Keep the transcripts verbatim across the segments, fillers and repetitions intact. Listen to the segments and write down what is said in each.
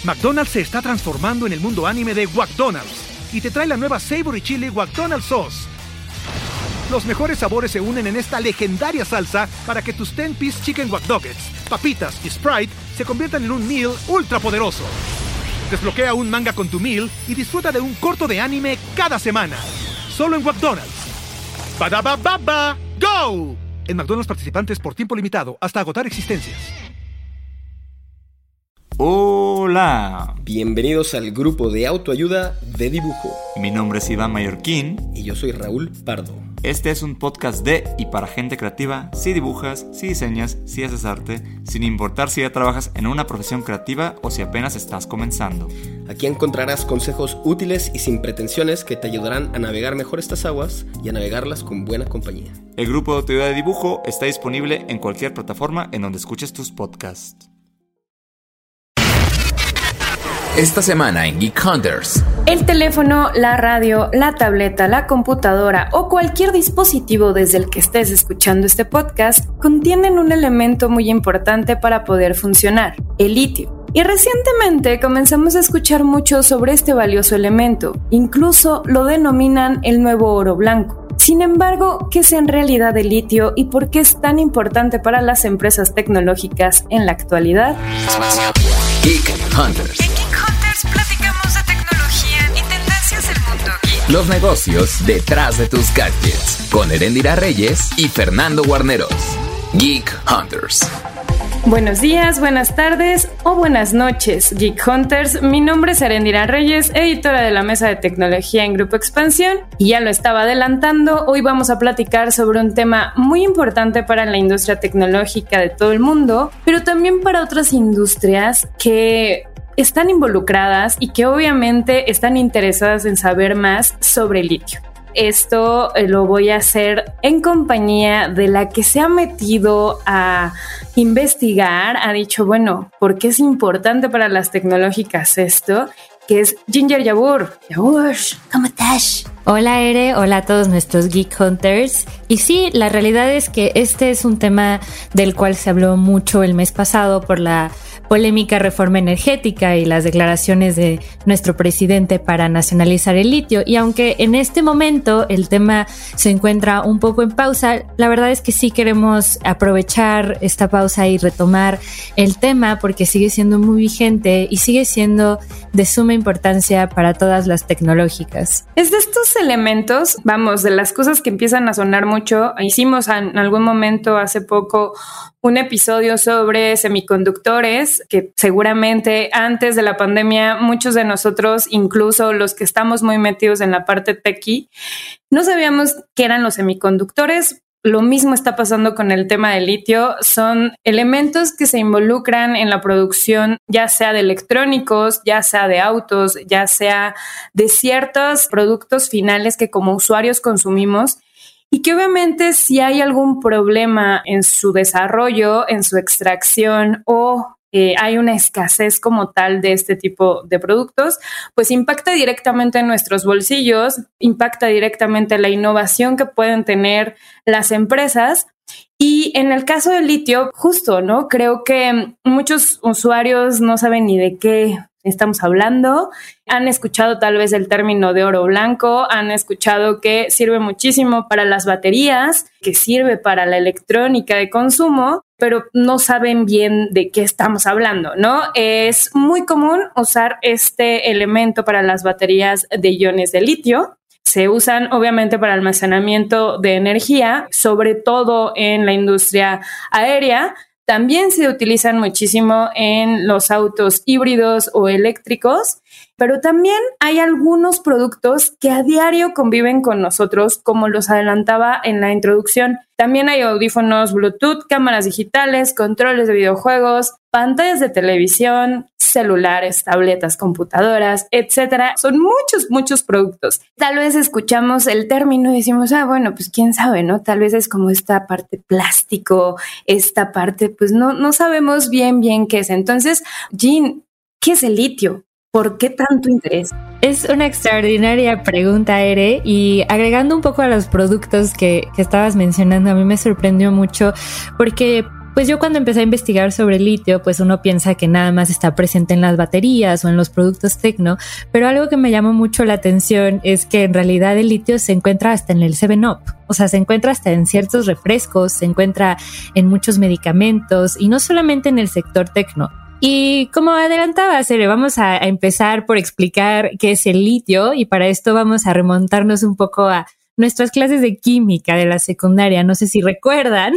McDonald's se está transformando en el mundo anime de WackDonald's y te trae la nueva Savory Chili WackDonald's Sauce. Los mejores sabores se unen en esta legendaria salsa para que tus ten-piece chicken wack nuggets, papitas y Sprite se conviertan en un meal ultra poderoso. Desbloquea un manga con tu meal y disfruta de un corto de anime cada semana. Solo en WackDonald's. ¡Badabababa! ¡Go! En McDonald's participantes por tiempo limitado hasta agotar existencias. Hola, bienvenidos al grupo de autoayuda de dibujo. Mi nombre es Iván Mallorquín y yo soy Raúl Pardo. Este es un podcast de y para gente creativa. Si dibujas, si diseñas, si haces arte, sin importar si ya trabajas en una profesión creativa o si apenas estás comenzando. Aquí encontrarás consejos útiles y sin pretensiones que te ayudarán a navegar mejor estas aguas y a navegarlas con buena compañía. El grupo de autoayuda de dibujo está disponible en cualquier plataforma en donde escuches tus podcasts. Esta semana en Geek Hunters. El teléfono, la radio, la tableta, la computadora o cualquier dispositivo desde el que estés escuchando este podcast contienen un elemento muy importante para poder funcionar, el litio. Y recientemente comenzamos a escuchar mucho sobre este valioso elemento, incluso lo denominan el nuevo oro blanco. Sin embargo, ¿qué es en realidad el litio y por qué es tan importante para las empresas tecnológicas en la actualidad? Geek Hunters. En Geek Hunters platicamos de tecnología y tendencias del mundo geek. Los negocios detrás de tus gadgets. Con Erendira Reyes y Fernando Guarneros. Geek Hunters. Buenos días, buenas tardes o buenas noches, Geek Hunters. Mi nombre es Erendira Reyes, editora de la mesa de tecnología en Grupo Expansión, y ya lo estaba adelantando, hoy vamos a platicar sobre un tema muy importante para la industria tecnológica de todo el mundo, pero también para otras industrias que están involucradas y que obviamente están interesadas en saber más sobre el litio. Esto lo voy a hacer en compañía de la que se ha metido a investigar, ha dicho, bueno, ¿por qué es importante para las tecnológicas esto? Que es Ginger Yabur. Yabur, ¿cómo estás? Hola Ere, hola a todos nuestros Geek Hunters. Y sí, la realidad es que este es un tema del cual se habló mucho el mes pasado por la polémica reforma energética y las declaraciones de nuestro presidente para nacionalizar el litio. Y aunque en este momento el tema se encuentra un poco en pausa, la verdad es que sí queremos aprovechar esta pausa y retomar el tema porque sigue siendo muy vigente y sigue siendo de suma importancia para todas las tecnológicas. Es de estos elementos, vamos, de las cosas que empiezan a sonar mucho. Hicimos en algún momento hace poco un episodio sobre semiconductores, que seguramente antes de la pandemia muchos de nosotros, incluso los que estamos muy metidos en la parte techie, no sabíamos qué eran los semiconductores. Lo mismo está pasando con el tema del litio. Son elementos que se involucran en la producción, ya sea de electrónicos, ya sea de autos, ya sea de ciertos productos finales que como usuarios consumimos, y que obviamente si hay algún problema en su desarrollo, en su extracción o eh, hay una escasez como tal de este tipo de productos, pues impacta directamente en nuestros bolsillos, impacta directamente la innovación que pueden tener las empresas. Y en el caso del litio, justo, ¿no? Creo que muchos usuarios no saben ni de qué estamos hablando. Han escuchado tal vez el término de oro blanco, han escuchado que sirve muchísimo para las baterías, que sirve para la electrónica de consumo, pero no saben bien de qué estamos hablando, ¿no? Es muy común usar este elemento para las baterías de iones de litio. Se usan obviamente para almacenamiento de energía, sobre todo en la industria aérea. También se utilizan muchísimo en los autos híbridos o eléctricos, pero también hay algunos productos que a diario conviven con nosotros, como los adelantaba en la introducción. También hay audífonos Bluetooth, cámaras digitales, controles de videojuegos, pantallas de televisión, celulares, tabletas, computadoras, etcétera. Son muchos, muchos productos. Tal vez escuchamos el término y decimos, ah, bueno, pues quién sabe, ¿no? Tal vez es como esta parte plástico, esta parte, pues no, no sabemos bien, bien qué es. Entonces, Jean, ¿qué es el litio? ¿Por qué tanto interés? Es una extraordinaria pregunta, Ere, y agregando un poco a los productos que, que estabas mencionando, a mí me sorprendió mucho porque pues yo cuando empecé a investigar sobre el litio, pues uno piensa que nada más está presente en las baterías o en los productos tecno, pero algo que me llamó mucho la atención es que en realidad el litio se encuentra hasta en el seven up, o sea, se encuentra hasta en ciertos refrescos, se encuentra en muchos medicamentos y no solamente en el sector tecno. Y como adelantaba Cere, vamos a, a empezar por explicar qué es el litio y para esto vamos a remontarnos un poco a nuestras clases de química de la secundaria. No sé si recuerdan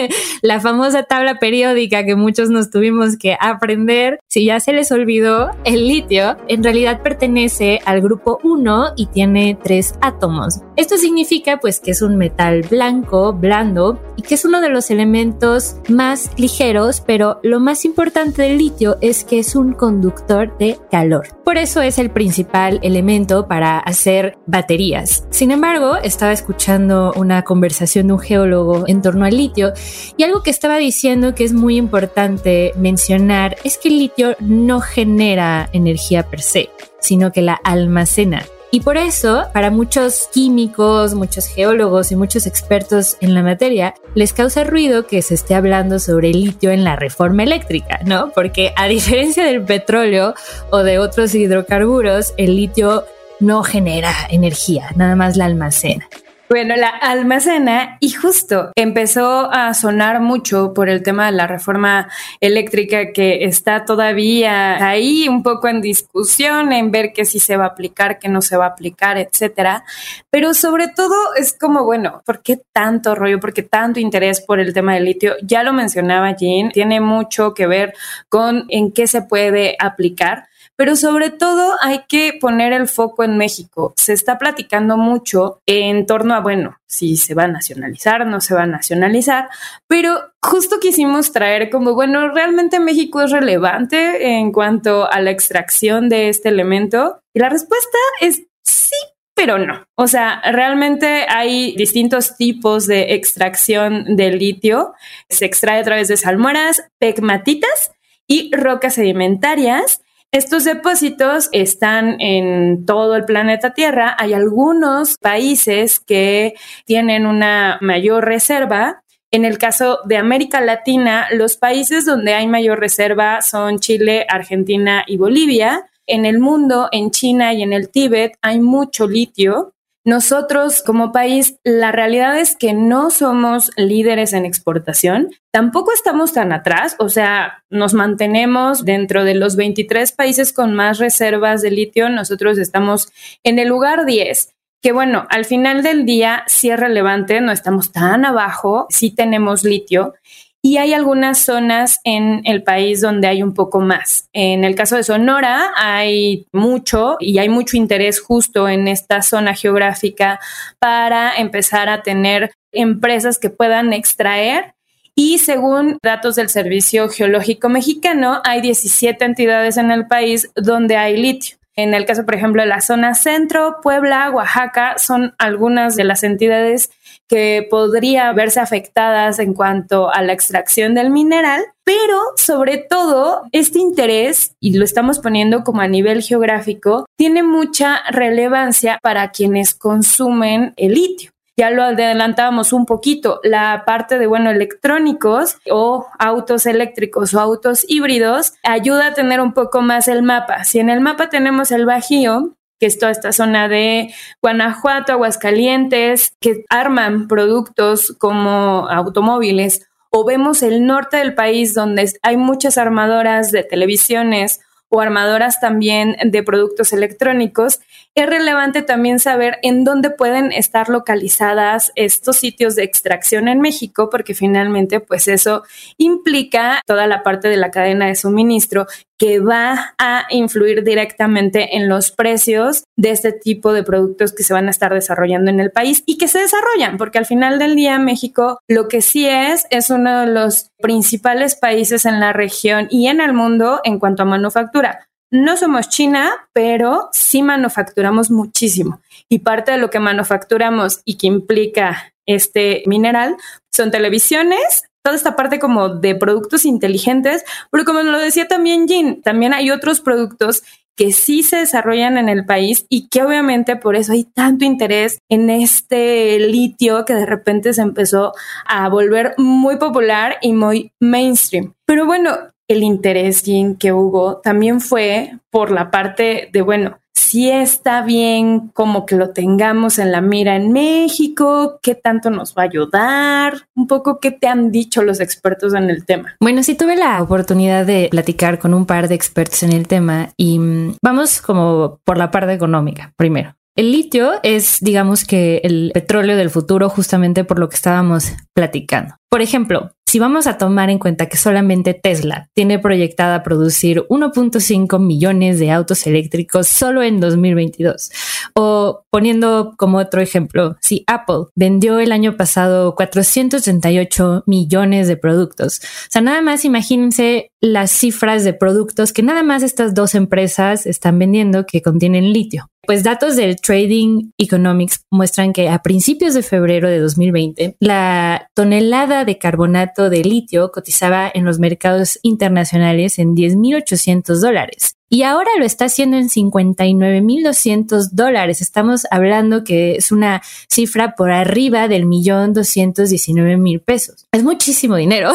la famosa tabla periódica que muchos nos tuvimos que aprender. Si ya se les olvidó, el litio en realidad pertenece al grupo uno y tiene tres átomos. Esto significa pues que es un metal blanco, blando y que es uno de los elementos más ligeros, pero lo más importante del litio es que es un conductor de calor. Por eso es el principal elemento para hacer baterías. Sin embargo, estaba escuchando una conversación de un geólogo en torno al litio y algo que estaba diciendo que es muy importante mencionar es que el litio no genera energía per se, sino que la almacena. Y por eso, para muchos químicos, muchos geólogos y muchos expertos en la materia, les causa ruido que se esté hablando sobre el litio en la reforma eléctrica, ¿no? Porque a diferencia del petróleo o de otros hidrocarburos, el litio no genera energía, nada más la almacena. Bueno, la almacena y justo empezó a sonar mucho por el tema de la reforma eléctrica que está todavía ahí un poco en discusión, en ver que si se va a aplicar, que no se va a aplicar, etcétera. Pero sobre todo es como, bueno, ¿por qué tanto rollo? ¿Por qué tanto interés por el tema del litio? Ya lo mencionaba Jean, tiene mucho que ver con en qué se puede aplicar. Pero sobre todo hay que poner el foco en México. Se está platicando mucho en torno a, bueno, si se va a nacionalizar, no se va a nacionalizar, pero justo quisimos traer como, bueno, ¿realmente México es relevante en cuanto a la extracción de este elemento? Y la respuesta es sí, pero no. O sea, realmente hay distintos tipos de extracción del litio. Se extrae a través de salmueras, pegmatitas y rocas sedimentarias. Estos depósitos están en todo el planeta Tierra. Hay algunos países que tienen una mayor reserva. En el caso de América Latina, los países donde hay mayor reserva son Chile, Argentina y Bolivia. En el mundo, en China y en el Tíbet, hay mucho litio. Nosotros como país, la realidad es que no somos líderes en exportación, tampoco estamos tan atrás, o sea, nos mantenemos dentro de los veintitrés países con más reservas de litio, nosotros estamos en el lugar diez, que bueno, al final del día sí es relevante, no estamos tan abajo, sí tenemos litio. Y hay algunas zonas en el país donde hay un poco más. En el caso de Sonora hay mucho y hay mucho interés justo en esta zona geográfica para empezar a tener empresas que puedan extraer. Y según datos del Servicio Geológico Mexicano, hay diecisiete entidades en el país donde hay litio. En el caso, por ejemplo, de la zona centro, Puebla, Oaxaca, son algunas de las entidades que podría verse afectadas en cuanto a la extracción del mineral, pero sobre todo este interés, y lo estamos poniendo como a nivel geográfico, tiene mucha relevancia para quienes consumen el litio. Ya lo adelantábamos un poquito, la parte de, bueno, electrónicos o autos eléctricos o autos híbridos ayuda a tener un poco más el mapa. Si en el mapa tenemos el Bajío, que es toda esta zona de Guanajuato, Aguascalientes, que arman productos como automóviles, o vemos el norte del país donde hay muchas armadoras de televisiones o armadoras también de productos electrónicos, es relevante también saber en dónde pueden estar localizadas estos sitios de extracción en México, porque finalmente pues eso implica toda la parte de la cadena de suministro que va a influir directamente en los precios de este tipo de productos que se van a estar desarrollando en el país y que se desarrollan, porque al final del día México lo que sí es, es uno de los principales países en la región y en el mundo en cuanto a manufactura. No somos China, pero sí manufacturamos muchísimo. Y parte de lo que manufacturamos y que implica este mineral son televisiones, toda esta parte como de productos inteligentes, pero como lo decía también Jean, también hay otros productos que sí se desarrollan en el país y que obviamente por eso hay tanto interés en este litio que de repente se empezó a volver muy popular y muy mainstream. Pero bueno, el interés que hubo también fue por la parte de, bueno, si está bien como que lo tengamos en la mira en México, qué tanto nos va a ayudar, un poco qué te han dicho los expertos en el tema. Bueno, sí tuve la oportunidad de platicar con un par de expertos en el tema y mmm, vamos como por la parte económica primero. El litio es, digamos que el petróleo del futuro, justamente por lo que estábamos platicando. Por ejemplo, si vamos a tomar en cuenta que solamente Tesla tiene proyectada producir uno punto cinco millones de autos eléctricos solo en dos mil veintidós, o poniendo como otro ejemplo, si Apple vendió el año pasado cuatrocientos treinta y ocho millones de productos, o sea, nada más imagínense las cifras de productos que nada más estas dos empresas están vendiendo que contienen litio. Pues datos del Trading Economics muestran que a principios de febrero de dos mil veinte, la tonelada de carbonato de litio cotizaba en los mercados internacionales en diez mil ochocientos dólares. Y ahora lo está haciendo en cincuenta y nueve mil doscientos dólares. Estamos hablando que es una cifra por arriba del millón doscientos diecinueve mil pesos. Es muchísimo dinero.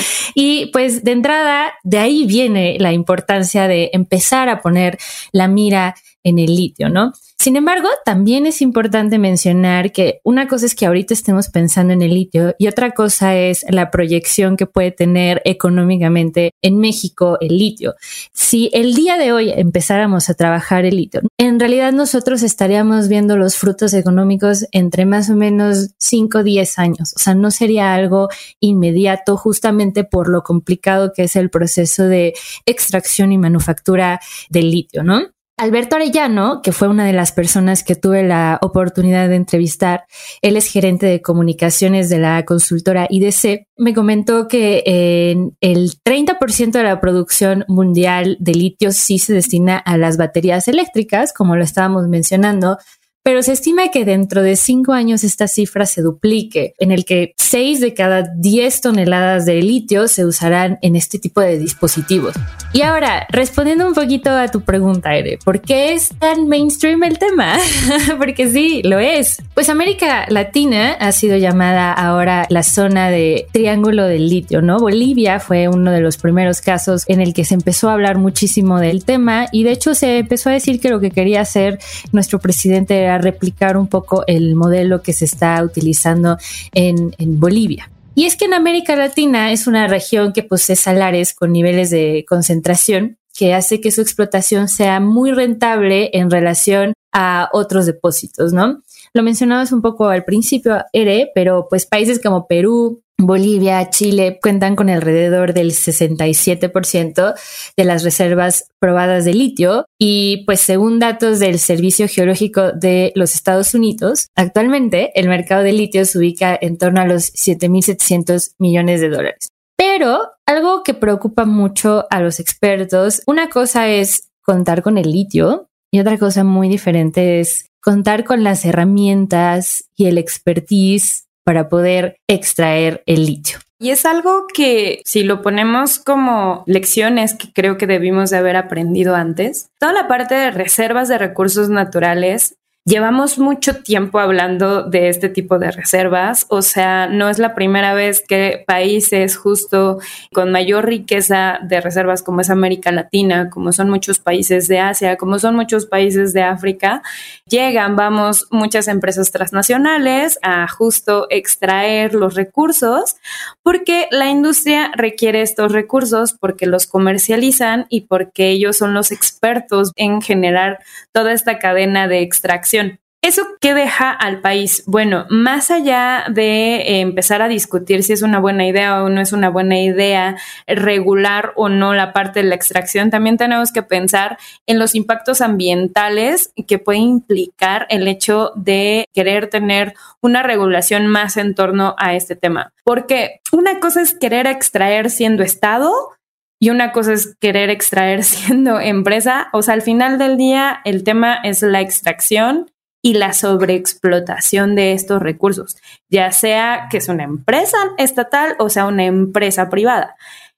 Y pues de entrada, de ahí viene la importancia de empezar a poner la mira en el litio, ¿no? Sin embargo, también es importante mencionar que una cosa es que ahorita estemos pensando en el litio y otra cosa es la proyección que puede tener económicamente en México el litio. Si el día de hoy empezáramos a trabajar el litio, en realidad nosotros estaríamos viendo los frutos económicos entre más o menos cinco o diez años. O sea, no sería algo inmediato justamente por lo complicado que es el proceso de extracción y manufactura del litio, ¿no? Alberto Arellano, que fue una de las personas que tuve la oportunidad de entrevistar, él es gerente de comunicaciones de la consultora I D C, me comentó que en el treinta por ciento de la producción mundial de litio sí se destina a las baterías eléctricas, como lo estábamos mencionando, pero se estima que dentro de cinco años esta cifra se duplique, en el que seis de cada diez toneladas de litio se usarán en este tipo de dispositivos. Y ahora, respondiendo un poquito a tu pregunta, Ere, ¿por qué es tan mainstream el tema? Porque sí, lo es. Pues América Latina ha sido llamada ahora la zona de triángulo del litio, ¿no? Bolivia fue uno de los primeros casos en el que se empezó a hablar muchísimo del tema y de hecho se empezó a decir que lo que quería hacer nuestro presidente era replicar un poco el modelo que se está utilizando en, en Bolivia. Y es que en América Latina es una región que posee salares con niveles de concentración que hace que su explotación sea muy rentable en relación a otros depósitos, ¿no? Lo mencionabas un poco al principio, Ere, pero pues países como Perú, Bolivia, Chile cuentan con alrededor del sesenta y siete por ciento de las reservas probadas de litio y pues según datos del Servicio Geológico de los Estados Unidos, actualmente el mercado de litio se ubica en torno a los siete mil setecientos millones de dólares. Pero algo que preocupa mucho a los expertos, una cosa es contar con el litio y otra cosa muy diferente es contar con las herramientas y el expertise para poder extraer el litio. Y es algo que si lo ponemos como lecciones que creo que debimos de haber aprendido antes, toda la parte de reservas de recursos naturales, llevamos mucho tiempo hablando de este tipo de reservas, o sea, no es la primera vez que países justo con mayor riqueza de reservas como es América Latina, como son muchos países de Asia, como son muchos países de África, llegan, vamos, muchas empresas transnacionales a justo extraer los recursos porque la industria requiere estos recursos porque los comercializan y porque ellos son los expertos en generar toda esta cadena de extracción. ¿Eso qué deja al país? Bueno, más allá de eh, empezar a discutir si es una buena idea o no es una buena idea regular o no la parte de la extracción, también tenemos que pensar en los impactos ambientales que puede implicar el hecho de querer tener una regulación más en torno a este tema. Porque una cosa es querer extraer siendo Estado y una cosa es querer extraer siendo empresa. O sea, al final del día, el tema es la extracción y la sobreexplotación de estos recursos, ya sea que es una empresa estatal o sea una empresa privada.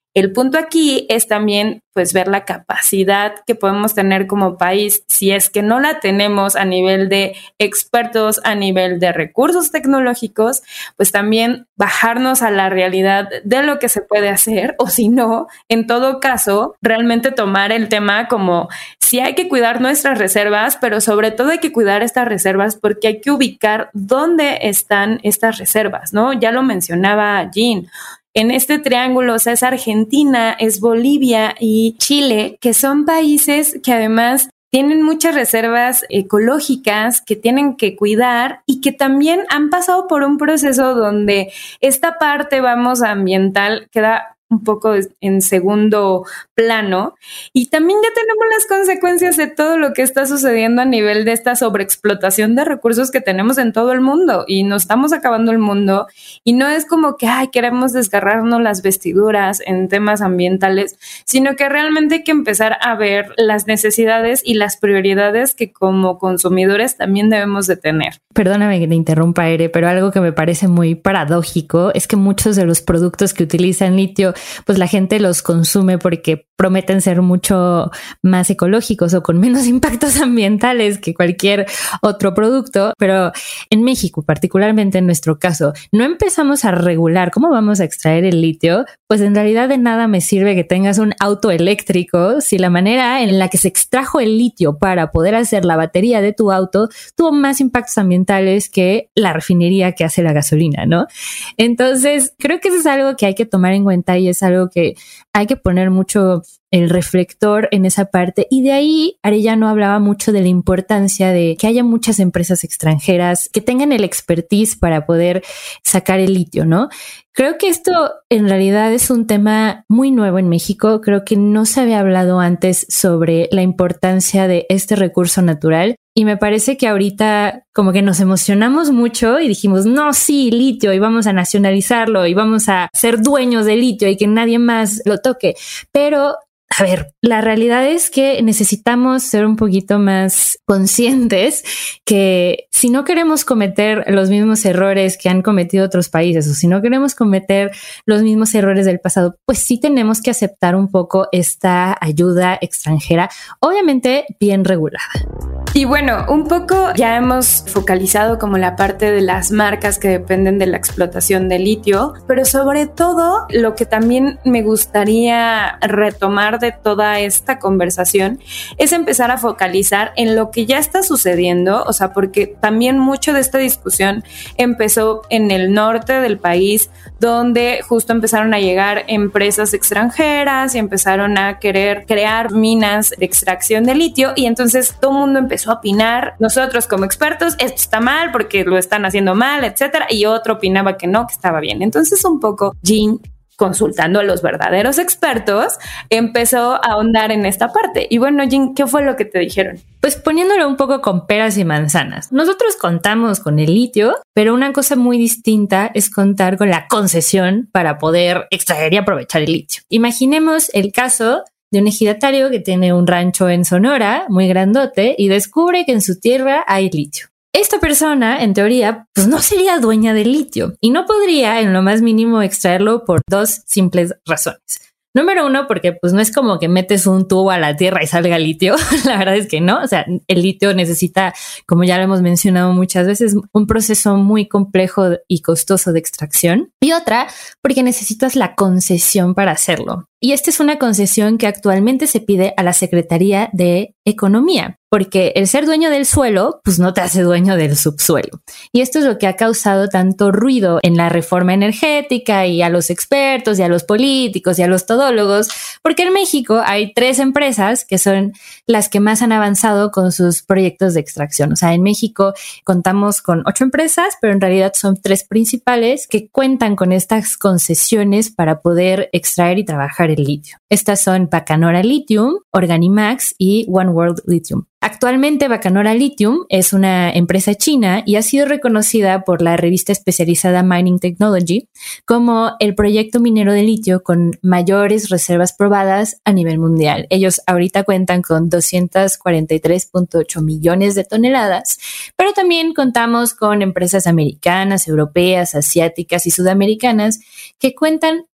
El punto aquí es también pues ver la capacidad que podemos tener como país, si es que no la tenemos a nivel de expertos, a nivel de recursos tecnológicos, pues también bajarnos a la realidad de lo que se puede hacer, o si no, en todo caso, realmente tomar el tema como si hay que cuidar nuestras reservas, pero sobre todo hay que cuidar estas reservas porque hay que ubicar dónde están estas reservas, ¿no? Ya lo mencionaba Jean. En este triángulo, o sea, es Argentina, es Bolivia y Chile, que son países que además tienen muchas reservas ecológicas que tienen que cuidar y que también han pasado por un proceso donde esta parte, vamos, ambiental queda un poco en segundo plano, y también ya tenemos las consecuencias de todo lo que está sucediendo a nivel de esta sobreexplotación de recursos que tenemos en todo el mundo, y nos estamos acabando el mundo, y no es como que ay, queremos desgarrarnos las vestiduras en temas ambientales, sino que realmente hay que empezar a ver las necesidades y las prioridades que como consumidores también debemos de tener. Perdóname que te interrumpa, Ere, pero algo que me parece muy paradójico es que muchos de los productos que utilizan litio, pues la gente los consume porque prometen ser mucho más ecológicos o con menos impactos ambientales que cualquier otro producto, pero en México, particularmente en nuestro caso, no empezamos a regular cómo vamos a extraer el litio, pues en realidad de nada me sirve que tengas un auto eléctrico si la manera en la que se extrajo el litio para poder hacer la batería de tu auto tuvo más impactos ambientales que la refinería que hace la gasolina, ¿no? Entonces, creo que eso es algo que hay que tomar en cuenta y es algo que hay que poner mucho el reflector en esa parte, y de ahí Arellano hablaba mucho de la importancia de que haya muchas empresas extranjeras que tengan el expertise para poder sacar el litio, ¿no? Creo que esto en realidad es un tema muy nuevo en México. Creo que no se había hablado antes sobre la importancia de este recurso natural. Y me parece que ahorita como que nos emocionamos mucho y dijimos, no, sí, litio, y vamos a nacionalizarlo y vamos a ser dueños de litio y que nadie más lo toque. Pero a ver, la realidad es que necesitamos ser un poquito más conscientes que si no queremos cometer los mismos errores que han cometido otros países o si no queremos cometer los mismos errores del pasado, pues sí tenemos que aceptar un poco esta ayuda extranjera, obviamente bien regulada. Y bueno, un poco ya hemos focalizado como la parte de las marcas que dependen de la explotación de litio, pero sobre todo lo que también me gustaría retomar de toda esta conversación es empezar a focalizar en lo que ya está sucediendo, o sea, porque también mucho de esta discusión empezó en el norte del país, donde justo empezaron a llegar empresas extranjeras y empezaron a querer crear minas de extracción de litio, y entonces todo el mundo empezó a opinar, nosotros como expertos, esto está mal porque lo están haciendo mal, etcétera, y otro opinaba que no, que estaba bien. Entonces un poco Jean, consultando a los verdaderos expertos, empezó a ahondar en esta parte. Y bueno, Jean, ¿qué fue lo que te dijeron? Pues poniéndolo un poco con peras y manzanas. Nosotros contamos con el litio, pero una cosa muy distinta es contar con la concesión para poder extraer y aprovechar el litio. Imaginemos el caso de un ejidatario que tiene un rancho en Sonora muy grandote y descubre que en su tierra hay litio. Esta persona, en teoría, pues no sería dueña del litio y no podría en lo más mínimo extraerlo por dos simples razones. Número uno, porque pues no es como que metes un tubo a la tierra y salga litio. La verdad es que no. O sea, el litio necesita, como ya lo hemos mencionado muchas veces, un proceso muy complejo y costoso de extracción. Y otra, porque necesitas la concesión para hacerlo. Y esta es una concesión que actualmente se pide a la Secretaría de Economía, porque el ser dueño del suelo, pues no te hace dueño del subsuelo. Y esto es lo que ha causado tanto ruido en la reforma energética y a los expertos y a los políticos y a los todólogos, porque en México hay tres empresas que son las que más han avanzado con sus proyectos de extracción. O sea, en México contamos con ocho empresas, pero en realidad son tres principales que cuentan con estas concesiones para poder extraer y trabajar el litio. Estas son Bacanora Lithium, Organimax y One World Lithium. Actualmente Bacanora Lithium es una empresa china y ha sido reconocida por la revista especializada Mining Technology como el proyecto minero de litio con mayores reservas probadas a nivel mundial. Ellos ahorita cuentan con doscientos cuarenta y tres punto ocho millones de toneladas, pero también contamos con empresas americanas, europeas, asiáticas y sudamericanas que cuentan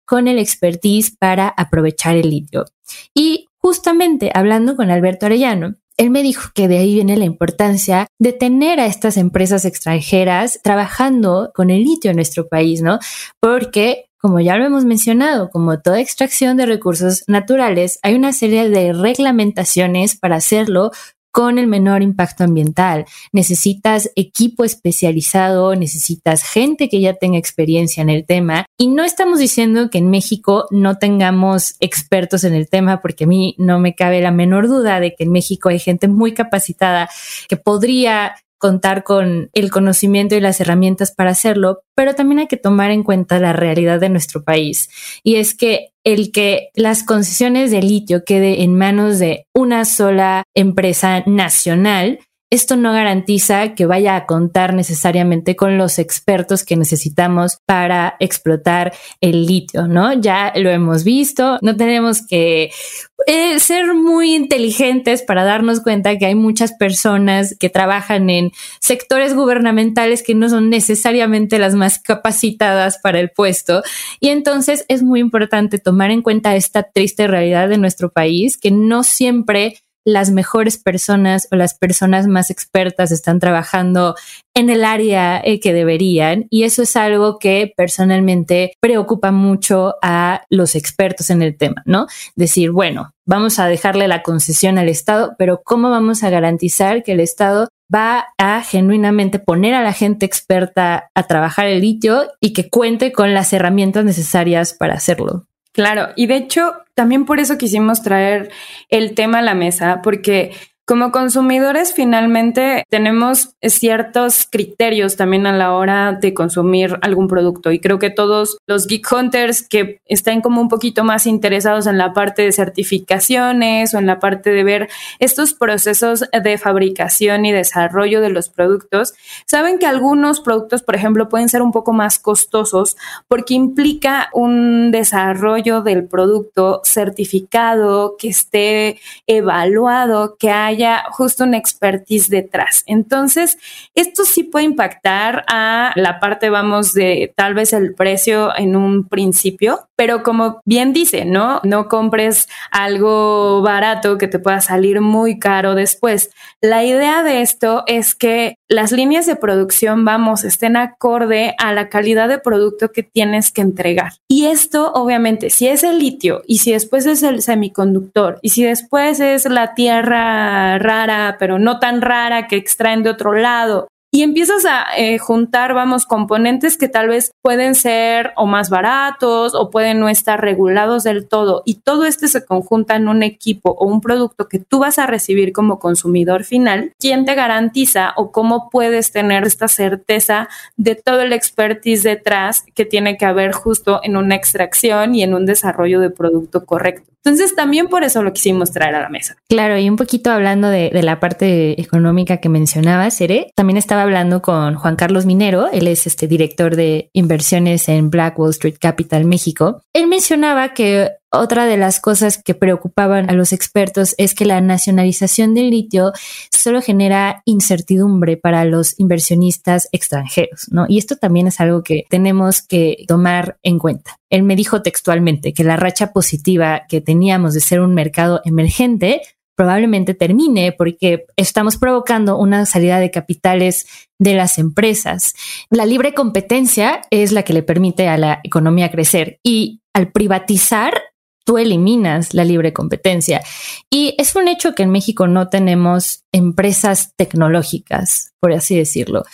con el expertise para aprovechar el litio. Y justamente hablando con Alberto Arellano, él me dijo que de ahí viene la importancia de tener a estas empresas extranjeras trabajando con el litio en nuestro país, ¿no? Porque, como ya lo hemos mencionado, como toda extracción de recursos naturales, hay una serie de reglamentaciones para hacerlo con el menor impacto ambiental. Necesitas equipo especializado, necesitas gente que ya tenga experiencia en el tema. Y no estamos diciendo que en México no tengamos expertos en el tema, porque a mí no me cabe la menor duda de que en México hay gente muy capacitada que podría contar con el conocimiento y las herramientas para hacerlo, pero también hay que tomar en cuenta la realidad de nuestro país. Y es que el que las concesiones de litio quede en manos de una sola empresa nacional, esto no garantiza que vaya a contar necesariamente con los expertos que necesitamos para explotar el litio, ¿no? Ya lo hemos visto, no tenemos que eh, ser muy inteligentes para darnos cuenta que hay muchas personas que trabajan en sectores gubernamentales que no son necesariamente las más capacitadas para el puesto. Y entonces es muy importante tomar en cuenta esta triste realidad de nuestro país, que no siempre las mejores personas o las personas más expertas están trabajando en el área eh, que deberían, y eso es algo que personalmente preocupa mucho a los expertos en el tema, ¿no? Decir, bueno, vamos a dejarle la concesión al Estado, pero ¿cómo vamos a garantizar que el Estado va a genuinamente poner a la gente experta a trabajar el litio y que cuente con las herramientas necesarias para hacerlo? Claro, y de hecho también por eso quisimos traer el tema a la mesa, porque como consumidores finalmente tenemos ciertos criterios también a la hora de consumir algún producto, y creo que todos los Geek Hunters que estén como un poquito más interesados en la parte de certificaciones o en la parte de ver estos procesos de fabricación y desarrollo de los productos, saben que algunos productos, por ejemplo, pueden ser un poco más costosos porque implica un desarrollo del producto certificado, que esté evaluado, que haya haya justo una expertise detrás. Entonces, esto sí puede impactar a la parte, vamos, de tal vez el precio en un principio, pero como bien dice, ¿no? No compres algo barato que te pueda salir muy caro después. La idea de esto es que las líneas de producción, vamos, estén acorde a la calidad de producto que tienes que entregar. Y esto, obviamente, si es el litio y si después es el semiconductor y si después es la tierra rara, pero no tan rara, que extraen de otro lado, y empiezas a eh, juntar, vamos, componentes que tal vez pueden ser o más baratos o pueden no estar regulados del todo, y todo esto se conjunta en un equipo o un producto que tú vas a recibir como consumidor final. ¿Quién te garantiza o cómo puedes tener esta certeza de todo el expertise detrás que tiene que haber justo en una extracción y en un desarrollo de producto correcto? Entonces también por eso lo quisimos traer a la mesa. Claro, y un poquito hablando de, de la parte económica que mencionabas, Ere, también estaba hablando con Juan Carlos Minero, él es este director de inversiones en Black Wall Street Capital México. Él mencionaba que otra de las cosas que preocupaban a los expertos es que la nacionalización del litio solo genera incertidumbre para los inversionistas extranjeros, ¿no? Y esto también es algo que tenemos que tomar en cuenta. Él me dijo textualmente que la racha positiva que teníamos de ser un mercado emergente probablemente termine porque estamos provocando una salida de capitales de las empresas. La libre competencia es la que le permite a la economía crecer, y al privatizar tú eliminas la libre competencia. Y es un hecho que en México no tenemos empresas tecnológicas, por así decirlo.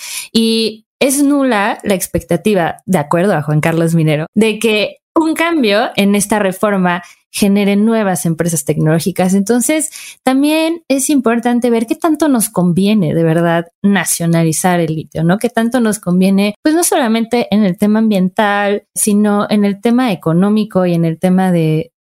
Y es nula la expectativa, de acuerdo a Juan Carlos Minero, de que un cambio en esta reforma genere nuevas empresas tecnológicas. Entonces, también es importante ver qué tanto nos conviene de verdad nacionalizar el litio, ¿no? Qué tanto nos conviene, pues no solamente en el tema ambiental, sino en el tema económico y en el tema de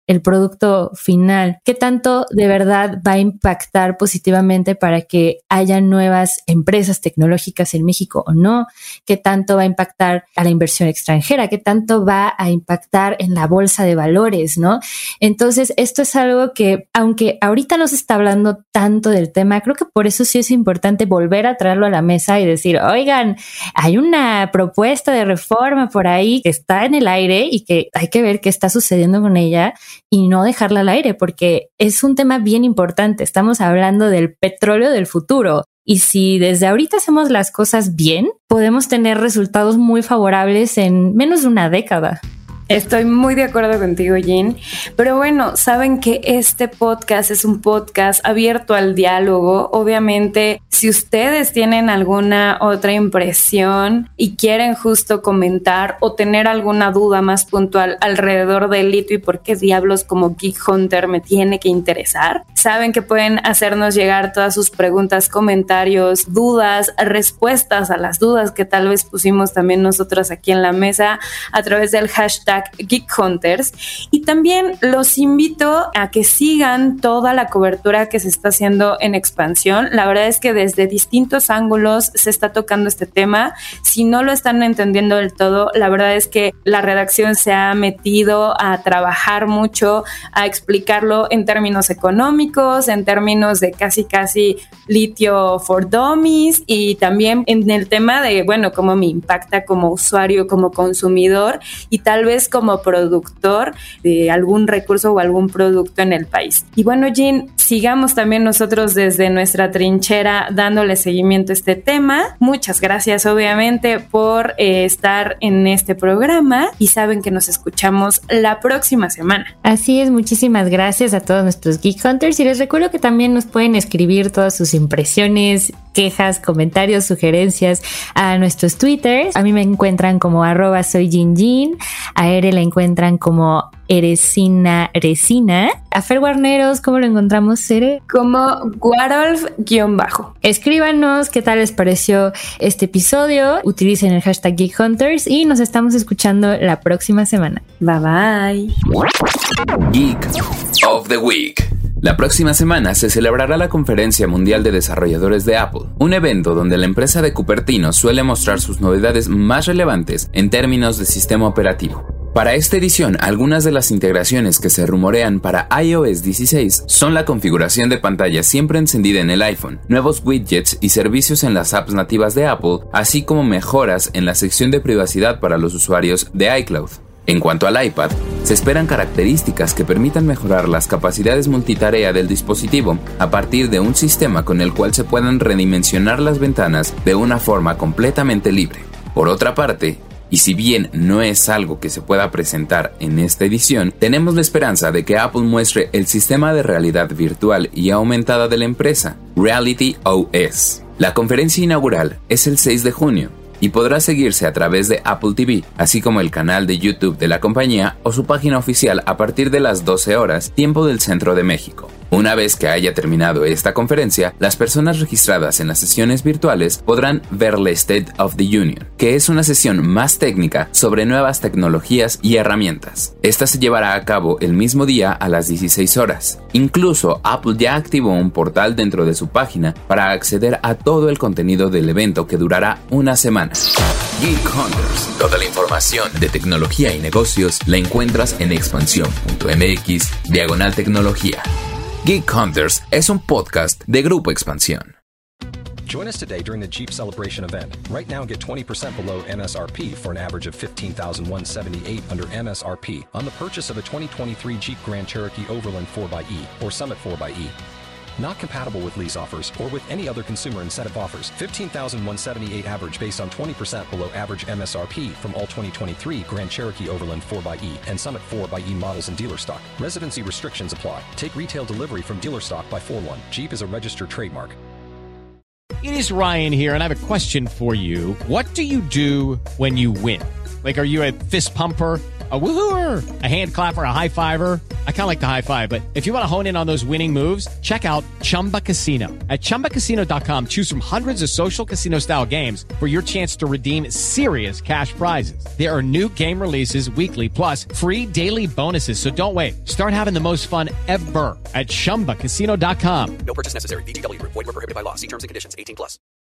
el producto final, qué tanto de verdad va a impactar positivamente para que haya nuevas empresas tecnológicas en México o no, qué tanto va a impactar a la inversión extranjera, qué tanto va a impactar en la bolsa de valores, ¿no? Entonces, esto es algo que, aunque ahorita no se está hablando tanto del tema, creo que por eso sí es importante volver a traerlo a la mesa y decir, oigan, hay una propuesta de reforma por ahí que está en el aire y que hay que ver qué está sucediendo con ella y no dejarla al aire, porque es un tema bien importante. Estamos hablando del petróleo del futuro. Y si desde ahorita hacemos las cosas bien, podemos tener resultados muy favorables en menos de una década. Estoy muy de acuerdo contigo, Jean. Pero bueno, saben que este podcast es un podcast abierto al diálogo. Obviamente, si ustedes tienen alguna otra impresión y quieren justo comentar o tener alguna duda más puntual alrededor del litio y por qué diablos como Geek Hunter me tiene que interesar, saben que pueden hacernos llegar todas sus preguntas, comentarios, dudas, respuestas a las dudas que tal vez pusimos también nosotros aquí en la mesa a través del hashtag Geek Hunters. Y también los invito a que sigan toda la cobertura que se está haciendo en Expansión. La verdad es que desde distintos ángulos se está tocando este tema. Si no lo están entendiendo del todo, la verdad es que la redacción se ha metido a trabajar mucho, a explicarlo en términos económicos, en términos de casi casi litio for dummies, y también en el tema de, bueno, cómo me impacta como usuario, como consumidor y tal vez como productor de algún recurso o algún producto en el país. Y bueno, Jean, sigamos también nosotros desde nuestra trinchera dándole seguimiento a este tema. Muchas gracias, obviamente, por eh, estar en este programa y saben que nos escuchamos la próxima semana. Así es, muchísimas gracias a todos nuestros Geek Hunters y les recuerdo que también nos pueden escribir todas sus impresiones, quejas, comentarios, sugerencias a nuestros Twitters. A mí me encuentran como arroba soy Jean Jean, a Ere la encuentran como Eresina Resina. A Fer Guarneros, ¿cómo lo encontramos, Ere? Como Guarolf-bajo. Escríbanos qué tal les pareció este episodio, utilicen el hashtag Geek Hunters y nos estamos escuchando la próxima semana. Bye bye. Geek of the Week. La próxima semana se celebrará la Conferencia Mundial de Desarrolladores de Apple, un evento donde la empresa de Cupertino suele mostrar sus novedades más relevantes en términos de sistema operativo. Para esta edición, algunas de las integraciones que se rumorean para i O S dieciséis son la configuración de pantalla siempre encendida en el iPhone, nuevos widgets y servicios en las apps nativas de Apple, así como mejoras en la sección de privacidad para los usuarios de iCloud. En cuanto al iPad, se esperan características que permitan mejorar las capacidades multitarea del dispositivo a partir de un sistema con el cual se puedan redimensionar las ventanas de una forma completamente libre. Por otra parte, y si bien no es algo que se pueda presentar en esta edición, tenemos la esperanza de que Apple muestre el sistema de realidad virtual y aumentada de la empresa, Reality O S. La conferencia inaugural es el seis de junio. Y podrá seguirse a través de Apple T V, así como el canal de YouTube de la compañía o su página oficial a partir de las doce horas, tiempo del centro de México. Una vez que haya terminado esta conferencia, las personas registradas en las sesiones virtuales podrán ver la State of the Union, que es una sesión más técnica sobre nuevas tecnologías y herramientas. Esta se llevará a cabo el mismo día a las dieciséis horas. Incluso Apple ya activó un portal dentro de su página para acceder a todo el contenido del evento que durará una semana. Geek Hunters. Toda la información de tecnología y negocios la encuentras en expansión punto m x diagonal tecnología. Geek Hunters es un podcast de Grupo Expansión. Join us today during the Jeep Celebration event. Right now, get twenty percent below M S R P for an average of fifteen thousand one hundred seventy-eight dollars under M S R P on the purchase of a twenty twenty-three Jeep Grand Cherokee Overland four by E or Summit four by E. Not compatible with lease offers or with any other consumer incentive offers. fifteen thousand one hundred seventy-eight dollars average based on twenty percent below average M S R P from all twenty twenty-three Grand Cherokee Overland four by E and Summit four by E models in dealer stock. Residency restrictions apply. Take retail delivery from dealer stock by four one. Jeep is a registered trademark. It is Ryan here, and I have a question for you. What do you do when you win? Like, are you a fist pumper, a woohooer, a hand clapper, a high fiver? I kind of like the high five, but if you want to hone in on those winning moves, check out Chumba Casino. At chumba casino dot com, choose from hundreds of social casino style games for your chance to redeem serious cash prizes. There are new game releases weekly, plus free daily bonuses. So don't wait. Start having the most fun ever at chumba casino dot com. No purchase necessary. V G W Group. Void where prohibited by law. See terms and conditions. eighteen plus.